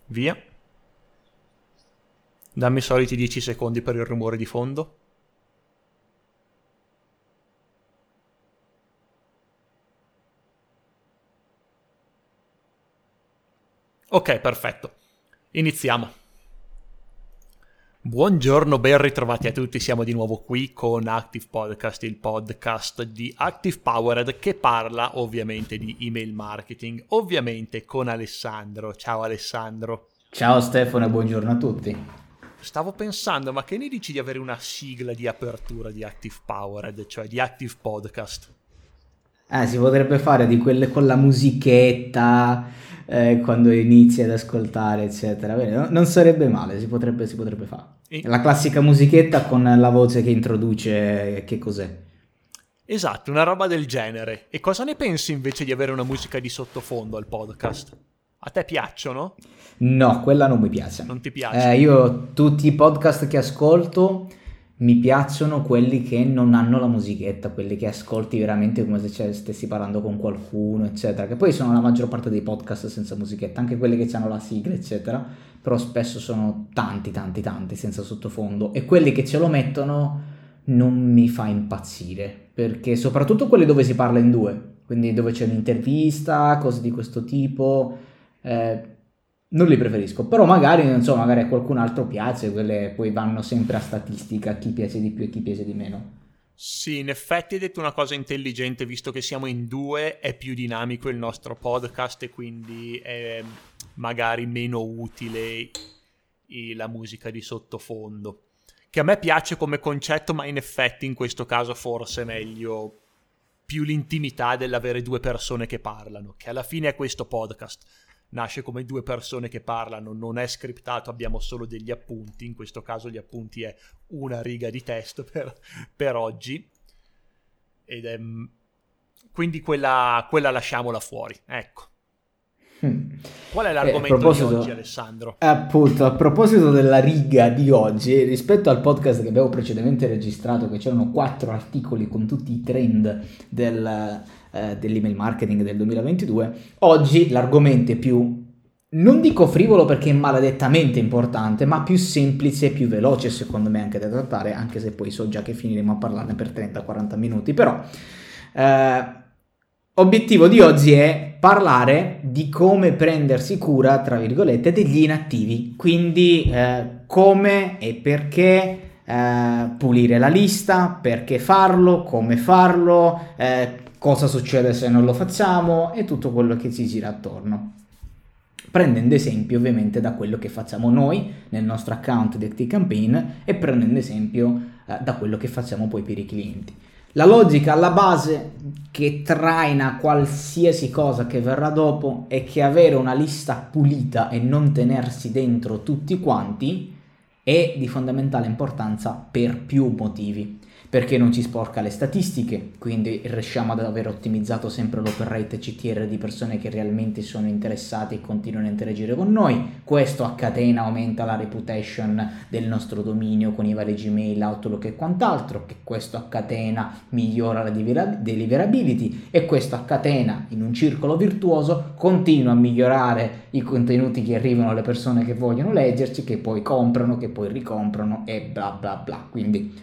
Via. Dammi i soliti 10 secondi per il rumore di fondo. Ok, perfetto. Iniziamo. Buongiorno, ben ritrovati a tutti. Siamo di nuovo qui con Active Podcast, il podcast di Active Powered che parla ovviamente di email marketing, ovviamente con Alessandro. Ciao Alessandro. Ciao Stefano e buongiorno a tutti. Stavo pensando, ma che ne dici di avere una sigla di apertura di Active Powered, cioè di Active Podcast? Si potrebbe fare di quelle con la musichetta quando inizi ad ascoltare, eccetera. Bene, non sarebbe male, si potrebbe fare. La classica musichetta con la voce che introduce che cos'è. Esatto, una roba del genere. E cosa ne pensi invece di avere una musica di sottofondo al podcast? A te piacciono? No, quella non mi piace. Non ti piace? Io tutti i podcast che ascolto mi piacciono quelli che non hanno la musichetta, quelli che ascolti veramente come se stessi parlando con qualcuno, eccetera. Che poi sono la maggior parte dei podcast senza musichetta, anche quelli che hanno la sigla, eccetera. Però spesso sono tanti senza sottofondo. E quelli che ce lo mettono non mi fa impazzire, perché soprattutto quelli dove si parla in due, quindi dove c'è un'intervista, cose di questo tipo, non li preferisco. Però magari, non so, magari a qualcun altro piace, quelle poi vanno sempre a statistica, chi piace di più e chi piace di meno. Sì, in effetti hai detto una cosa intelligente, visto che siamo in due, è più dinamico il nostro podcast e quindi è magari meno utile la musica di sottofondo. Che a me piace come concetto, ma in effetti in questo caso forse è meglio più l'intimità dell'avere due persone che parlano, che alla fine è questo podcast. Nasce come due persone che parlano, non è scriptato, abbiamo solo degli appunti, in questo caso gli appunti è una riga di testo per oggi, ed è, quindi quella lasciamola fuori, ecco. Qual è l'argomento di oggi, Alessandro? Appunto, a proposito della riga di oggi, rispetto al podcast che abbiamo precedentemente registrato, che c'erano 4 articoli con tutti i trend dell'email marketing del 2022, oggi l'argomento è più, non dico frivolo perché è maledettamente importante, ma più semplice e più veloce secondo me anche da trattare, anche se poi so già che finiremo a parlarne per 30-40 minuti, però obiettivo di oggi è parlare di come prendersi cura, tra virgolette, degli inattivi, quindi come e perché pulire la lista, perché farlo, come farlo, cosa succede se non lo facciamo e tutto quello che ci gira attorno. Prendendo esempio ovviamente da quello che facciamo noi nel nostro account di ActiveCampaign e prendendo esempio da quello che facciamo poi per i clienti. La logica alla base che traina qualsiasi cosa che verrà dopo è che avere una lista pulita e non tenersi dentro tutti quanti è di fondamentale importanza per più motivi. Perché non ci sporca le statistiche, quindi riusciamo ad aver ottimizzato sempre l'open rate CTR di persone che realmente sono interessate e continuano a interagire con noi. Questo a catena aumenta la reputation del nostro dominio con i vari Gmail, Outlook e quant'altro, che questo a catena migliora la deliverability e questo a catena in un circolo virtuoso continua a migliorare i contenuti che arrivano alle persone che vogliono leggerci, che poi comprano, che poi ricomprano e bla bla bla. Quindi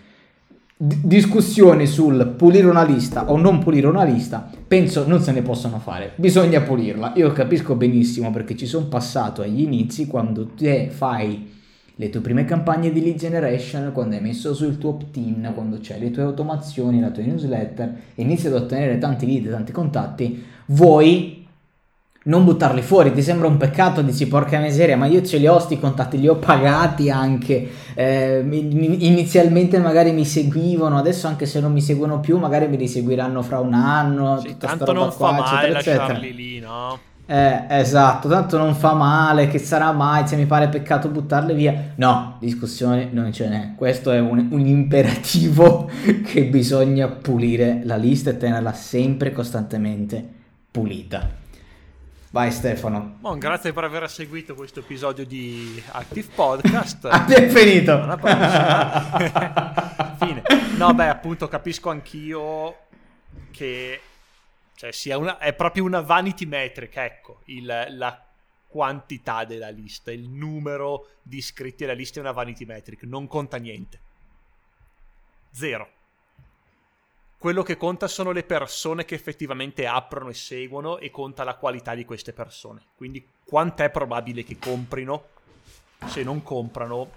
discussioni sul pulire una lista o non pulire una lista penso non se ne possono fare, bisogna pulirla. Io capisco benissimo perché ci sono passato agli inizi, quando te fai le tue prime campagne di lead generation, quando hai messo sul tuo opt-in, quando c'hai le tue automazioni, la tua newsletter, inizi ad ottenere tanti lead, tanti contatti, vuoi non buttarli fuori, ti sembra un peccato, dici porca miseria, ma io ce li ho sti contatti, li ho pagati anche, inizialmente magari mi seguivano, adesso anche se non mi seguono più magari mi riseguiranno fra un anno, Sì, tutta tanto sta roba non fa qua, male eccetera, lasciarli eccetera. lì, no? Esatto, tanto non fa male, che sarà mai, se mi pare peccato buttarle via. No, discussione non ce n'è, questo è un imperativo che bisogna pulire la lista e tenerla sempre costantemente pulita. Vai Stefano. Bon, grazie per aver seguito questo episodio di Active Podcast. Abbiamo finito. Alla prossima. Fine. No, beh, appunto capisco anch'io che cioè sia è proprio una vanity metric, ecco, la quantità della lista, il numero di iscritti alla lista è una vanity metric, non conta niente. Zero. Quello che conta sono le persone che effettivamente aprono e seguono, e conta la qualità di queste persone. Quindi quant'è probabile che comprino? Se non comprano,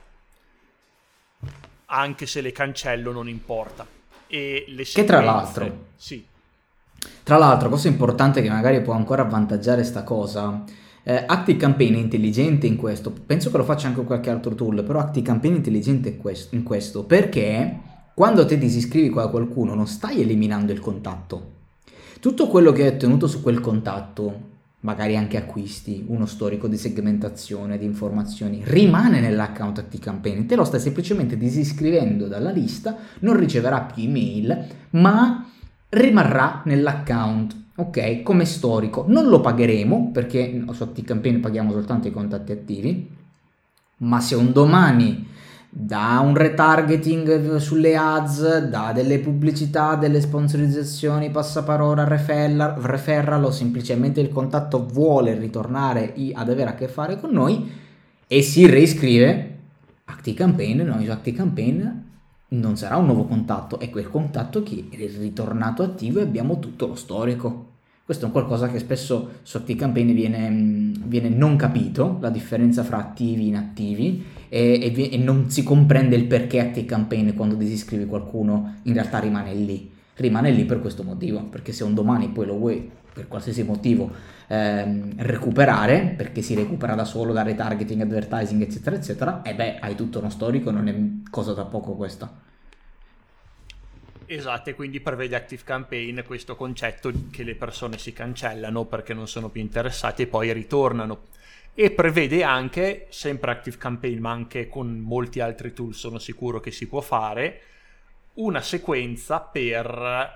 anche se le cancello non importa. E le che tra l'altro, sì. Tra l'altro, cosa importante che magari può ancora avvantaggiare sta cosa, ActiveCampaign è intelligente in questo, penso che lo faccia anche qualche altro tool, però ActiveCampaign è intelligente in questo, perché quando te disiscrivi a qualcuno non stai eliminando il contatto. Tutto quello che è ottenuto su quel contatto, magari anche acquisti, uno storico di segmentazione, di informazioni, rimane nell'account ActiveCampaign, te lo stai semplicemente disiscrivendo dalla lista, non riceverà più email, ma rimarrà nell'account, ok? Come storico. Non lo pagheremo, perché su ActiveCampaign paghiamo soltanto i contatti attivi, ma se un domani da un retargeting sulle ads, da delle pubblicità, delle sponsorizzazioni, passaparola, referral, o semplicemente il contatto vuole ritornare ad avere a che fare con noi e si reiscrive ActiveCampaign, noi su ActiveCampaign non sarà un nuovo contatto, è quel contatto che è ritornato attivo e abbiamo tutto lo storico. Questo è un qualcosa che spesso su ActiveCampaign viene non capito, la differenza fra attivi e inattivi, e non si comprende il perché ActiveCampaign, quando disiscrivi qualcuno, in realtà rimane lì. Rimane lì per questo motivo, perché se un domani poi lo vuoi per qualsiasi motivo recuperare, perché si recupera da solo da retargeting, advertising, eccetera eccetera, e beh, hai tutto uno storico, non è cosa da poco questa. Esatto, e quindi prevede ActiveCampaign questo concetto che le persone si cancellano perché non sono più interessate e poi ritornano. E prevede anche, sempre ActiveCampaign, ma anche con molti altri tool sono sicuro che si può fare, una sequenza per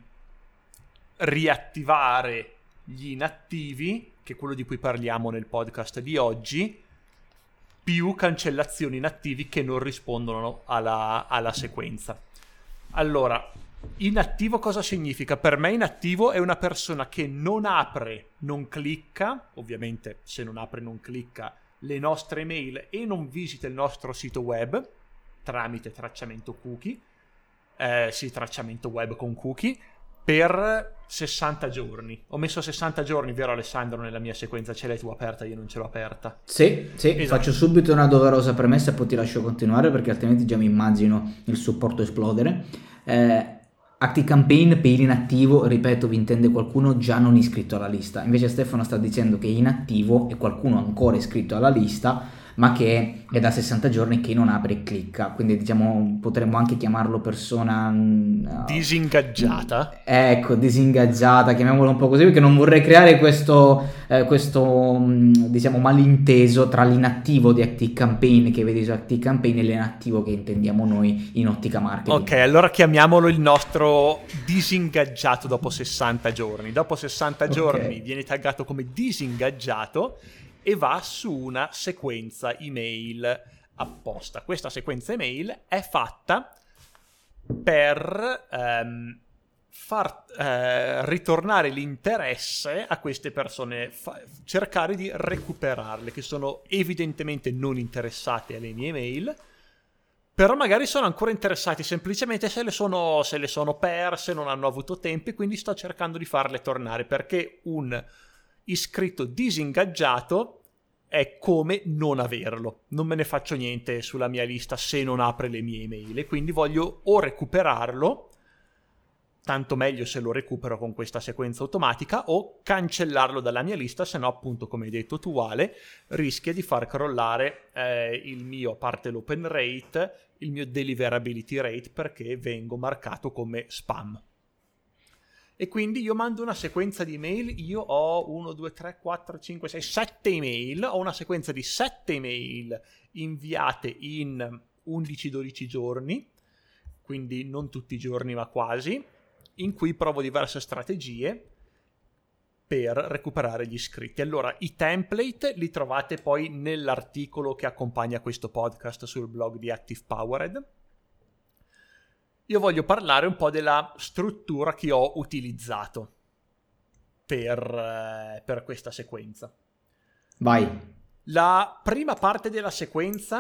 riattivare gli inattivi, che è quello di cui parliamo nel podcast di oggi, più cancellazioni inattivi che non rispondono alla sequenza. Allora, inattivo cosa significa? Per me inattivo è una persona che non apre, non clicca, ovviamente se non apre non clicca, le nostre mail e non visita il nostro sito web tramite tracciamento cookie, tracciamento web con cookie, per 60 giorni. Ho messo 60 giorni, vero Alessandro, nella mia sequenza, ce l'hai tu aperta, io non ce l'ho aperta. Sì, Esatto. Faccio subito una doverosa premessa e poi ti lascio continuare, perché altrimenti già mi immagino il supporto esplodere. ActiveCampaign per inattivo, ripeto, vi intende qualcuno già non iscritto alla lista. Invece Stefano sta dicendo che inattivo è qualcuno ancora iscritto alla lista, ma che è da 60 giorni che non apre e clicca, quindi diciamo potremmo anche chiamarlo persona disingaggiata. Ecco, disingaggiata, chiamiamolo un po' così, perché non vorrei creare questo diciamo malinteso tra l'inattivo di ActiveCampaign che vedi su ActiveCampaign e l'inattivo che intendiamo noi in ottica marketing. Ok, allora chiamiamolo il nostro disingaggiato dopo 60 giorni. Dopo 60 giorni viene taggato come disingaggiato e va su una sequenza email apposta. Questa sequenza email è fatta per far ritornare l'interesse a queste persone, cercare di recuperarle, che sono evidentemente non interessate alle mie email, però magari sono ancora interessati, semplicemente se le sono perse, non hanno avuto tempo, e quindi sto cercando di farle tornare, perché un iscritto disingaggiato è come non averlo. Non me ne faccio niente sulla mia lista se non apre le mie email, e quindi voglio o recuperarlo, tanto meglio se lo recupero con questa sequenza automatica, o cancellarlo dalla mia lista, se no appunto, come hai detto tu Ale, rischia di far crollare il mio, a parte l'open rate, il mio deliverability rate, perché vengo marcato come spam. E quindi io mando una sequenza di email, io ho 1, 2, 3, 4, 5, 6, 7 email, ho una sequenza di 7 email inviate in 11-12 giorni, quindi non tutti i giorni ma quasi, in cui provo diverse strategie per recuperare gli iscritti. Allora, i template li trovate poi nell'articolo che accompagna questo podcast sul blog di Active Powered. Io voglio parlare un po' della struttura che ho utilizzato per questa sequenza. Vai. La prima parte della sequenza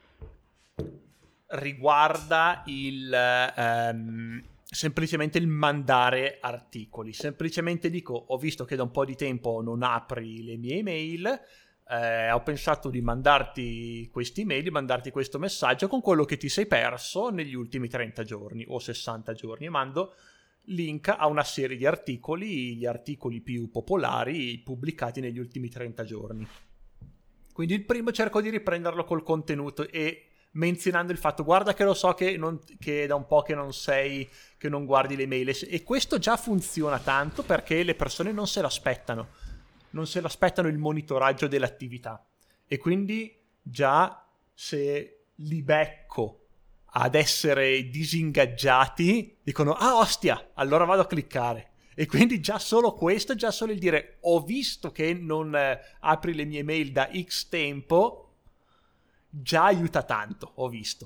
riguarda semplicemente il mandare articoli. Semplicemente dico, ho visto che da un po' di tempo non apri le mie email, ho pensato di mandarti questi email, di mandarti questo messaggio con quello che ti sei perso negli ultimi 30 giorni o 60 giorni, e mando link a una serie di articoli, gli articoli più popolari pubblicati negli ultimi 30 giorni. Quindi il primo cerco di riprenderlo col contenuto e menzionando il fatto, guarda che lo so che da un po' che non guardi le mail, e questo già funziona tanto perché le persone non se l'aspettano il monitoraggio dell'attività, e quindi già se li becco ad essere disingaggiati dicono ostia, allora vado a cliccare. E quindi già solo questo, già solo il dire ho visto che non apri le mie mail da X tempo, già aiuta tanto, ho visto.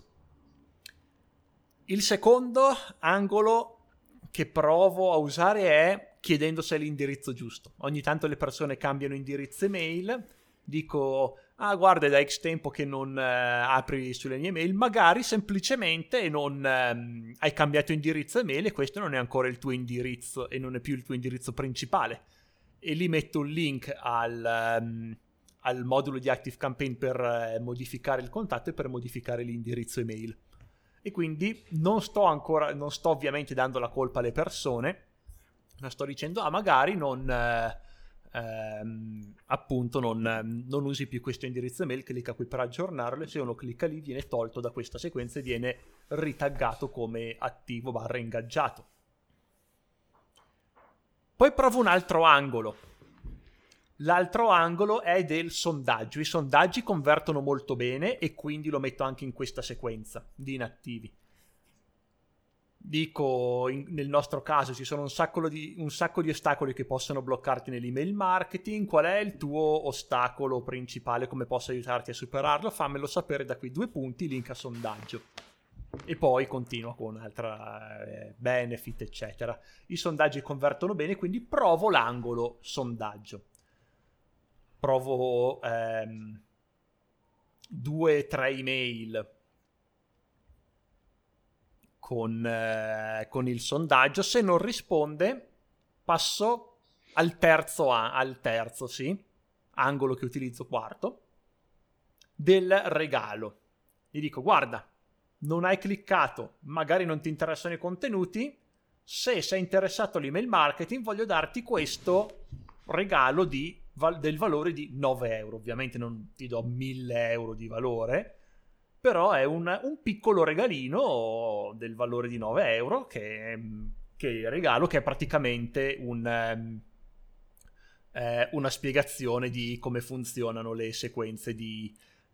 Il secondo angolo che provo a usare è chiedendo se è l'indirizzo giusto. Ogni tanto le persone cambiano indirizzo email, dico guarda è da X tempo che non apri sulle mie mail, magari semplicemente non hai cambiato indirizzo email e questo non è ancora il tuo indirizzo e non è più il tuo indirizzo principale, e lì metto un link al modulo di ActiveCampaign per modificare il contatto e per modificare l'indirizzo email. E quindi non sto ovviamente dando la colpa alle persone, ma sto dicendo magari non usi più questo indirizzo email, clicca qui per aggiornarlo, e se uno clicca lì viene tolto da questa sequenza e viene ritaggato come attivo / ingaggiato. Poi provo un altro angolo. L'altro angolo è del sondaggio. I sondaggi convertono molto bene e quindi lo metto anche in questa sequenza di inattivi. Dico, nel nostro caso ci sono un sacco di ostacoli che possono bloccarti nell'email marketing. Qual è il tuo ostacolo principale? Come posso aiutarti a superarlo? Fammelo sapere da qui 2 punti, link a sondaggio. E poi continuo con altra benefit eccetera. I sondaggi convertono bene, quindi provo l'angolo sondaggio. Provo 2-3 email con il sondaggio. Se non risponde passo al terzo angolo che utilizzo, quarto, del regalo. Gli dico guarda, non hai cliccato, magari non ti interessano i contenuti, se sei interessato all'email marketing voglio darti questo regalo del valore di 9 euro. Ovviamente non ti do 1.000 euro di valore, però è un piccolo regalino del valore di 9 euro che regalo, che è praticamente una spiegazione di come funzionano le sequenze di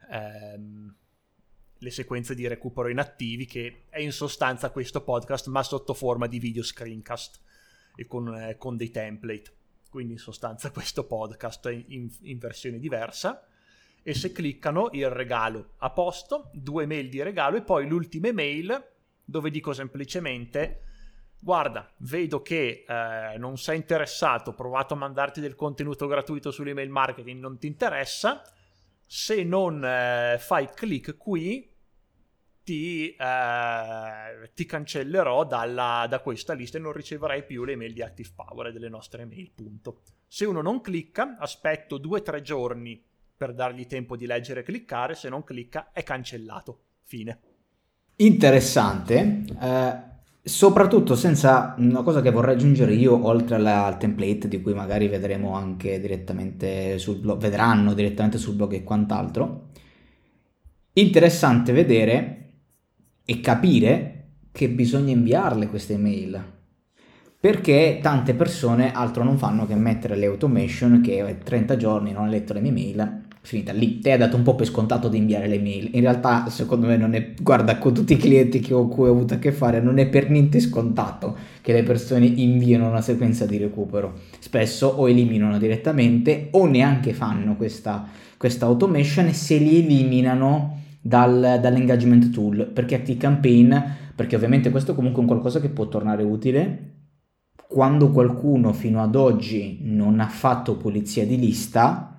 recupero inattivi, che è in sostanza questo podcast ma sotto forma di video screencast e con dei template. Quindi in sostanza questo podcast è in versione diversa, e se cliccano il regalo a posto, 2 mail di regalo, e poi l'ultima mail dove dico semplicemente guarda, vedo che non sei interessato, ho provato a mandarti del contenuto gratuito sull'email marketing, non ti interessa, se non fai click qui ti cancellerò da questa lista e non riceverai più le mail di Active Power e delle nostre mail, punto. Se uno non clicca, aspetto 2-3 giorni per dargli tempo di leggere e cliccare, se non clicca è cancellato, fine. Interessante, soprattutto senza una cosa che vorrei aggiungere io, oltre al template di cui magari vedranno direttamente sul blog e quant'altro. Interessante vedere e capire che bisogna inviarle queste email, perché tante persone altro non fanno che mettere le automation che 30 giorni non hai letto le mie mail, finita lì. Te hai dato un po' per scontato di inviare le mail, in realtà secondo me non è, guarda, con tutti i clienti con cui ho avuto a che fare non è per niente scontato che le persone inviano una sequenza di recupero. Spesso o eliminano direttamente o neanche fanno questa automation e se li eliminano dall'engagement tool, perché ActiveCampaign, perché ovviamente questo comunque è un qualcosa che può tornare utile quando qualcuno fino ad oggi non ha fatto pulizia di lista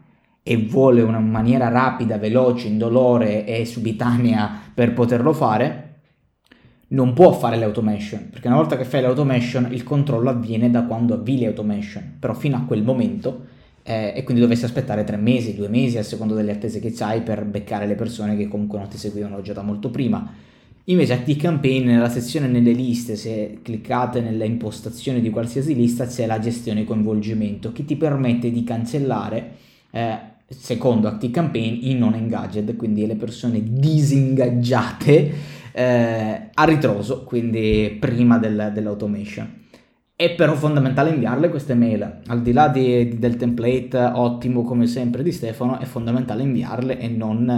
e vuole una maniera rapida, veloce, indolore e subitanea per poterlo fare, non può fare l'automation, perché una volta che fai l'automation il controllo avviene da quando avvii l'automation, però fino a quel momento e quindi dovresti aspettare 3 mesi, 2 mesi a seconda delle attese che hai per beccare le persone che comunque non ti seguivano già da molto prima. Invece ActiveCampaign, nella sezione nelle liste, se cliccate nelle impostazioni di qualsiasi lista, c'è la gestione coinvolgimento che ti permette di cancellare secondo ActiveCampaign i non engaged, quindi le persone disingaggiate a ritroso, quindi prima dell'automation. È però fondamentale inviarle queste mail, al di là del template ottimo come sempre di Stefano, è fondamentale inviarle e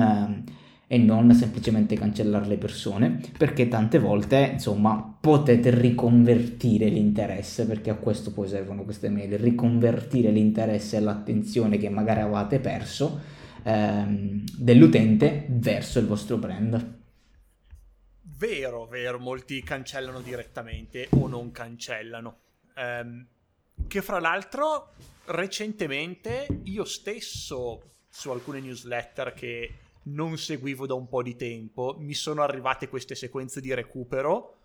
non semplicemente cancellare le persone, perché tante volte insomma potete riconvertire l'interesse, perché a questo poi servono queste mail, riconvertire l'interesse e l'attenzione che magari avevate perso dell'utente verso il vostro brand. Vero, molti cancellano direttamente o non cancellano. Che fra l'altro recentemente io stesso su alcune newsletter che non seguivo da un po' di tempo mi sono arrivate queste sequenze di recupero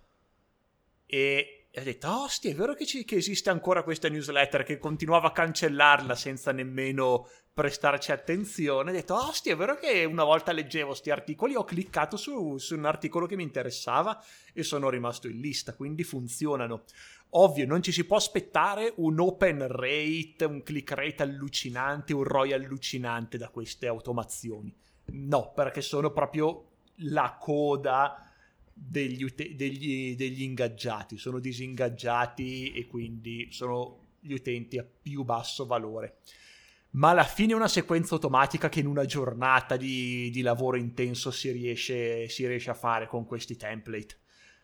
e ho detto ostia, è vero che esiste ancora questa newsletter, che continuavo a cancellarla senza nemmeno prestarci attenzione. Ho detto ostia, è vero che una volta leggevo sti articoli, ho cliccato su un articolo che mi interessava e sono rimasto in lista, quindi funzionano. Ovvio, non ci si può aspettare un open rate, un click rate allucinante, un ROI allucinante da queste automazioni. No, perché sono proprio la coda degli ingaggiati, sono disingaggiati e quindi sono gli utenti a più basso valore. Ma alla fine è una sequenza automatica che in una giornata di lavoro intenso si riesce a fare con questi template.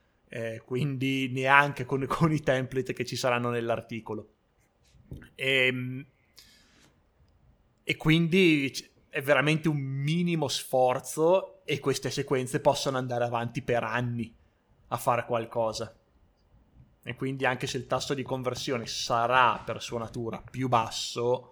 Quindi neanche con i template che ci saranno nell'articolo. E quindi è veramente un minimo sforzo e queste sequenze possono andare avanti per anni a fare qualcosa. E quindi anche se il tasso di conversione sarà per sua natura più basso,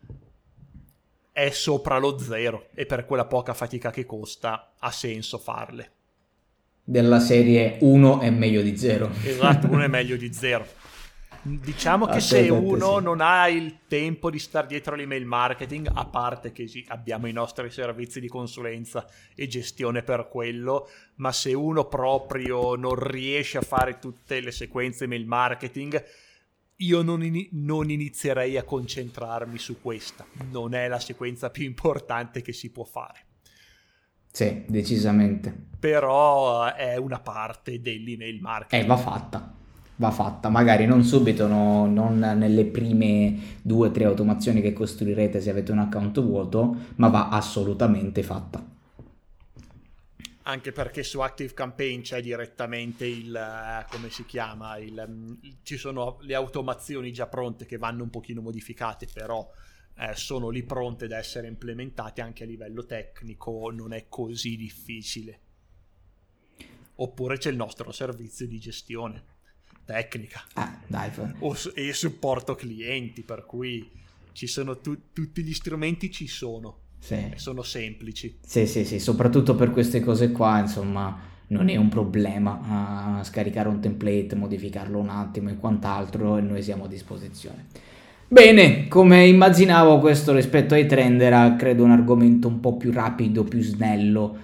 è sopra lo zero e per quella poca fatica che costa ha senso farle. Della serie 1 è meglio di 0. Esatto, 1 è meglio di 0. Diciamo che se uno non ha il tempo di stare dietro all'email marketing, a parte che sì, abbiamo i nostri servizi di consulenza e gestione per quello, ma se uno proprio non riesce a fare tutte le sequenze email marketing, io non inizierei a concentrarmi su questa. Non è la sequenza più importante che si può fare. Sì, decisamente. Però è una parte dell'email marketing. Va fatta, magari non subito, non nelle prime 2 o 3 automazioni che costruirete se avete un account vuoto, ma va assolutamente fatta. Anche perché su ActiveCampaign c'è direttamente come si chiama, ci sono le automazioni già pronte che vanno un pochino modificate, però sono lì pronte da essere implementate. Anche a livello tecnico non è così difficile. Oppure c'è il nostro servizio di gestione tecnica e supporto clienti, per cui ci sono tutti gli strumenti, ci sono. Sì. Sono semplici. Sì, soprattutto per queste cose qua, insomma, non è un problema scaricare un template, modificarlo un attimo e quant'altro, e noi siamo a disposizione. Bene, come immaginavo, questo rispetto ai trend era, credo, un argomento un po' più rapido, più snello,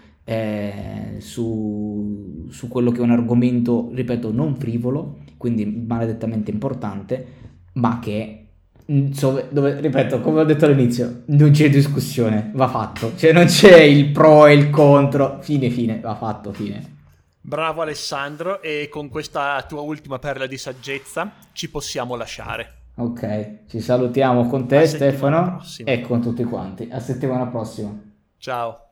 su quello che è un argomento, ripeto, non frivolo, quindi maledettamente importante, ma che dove, ripeto, come ho detto all'inizio, non c'è discussione, va fatto, cioè non c'è il pro e il contro, fine, va fatto, fine. Bravo Alessandro, e con questa tua ultima perla di saggezza ci possiamo lasciare. Ok, ci salutiamo con te Stefano e con tutti quanti, a settimana prossima. Ciao.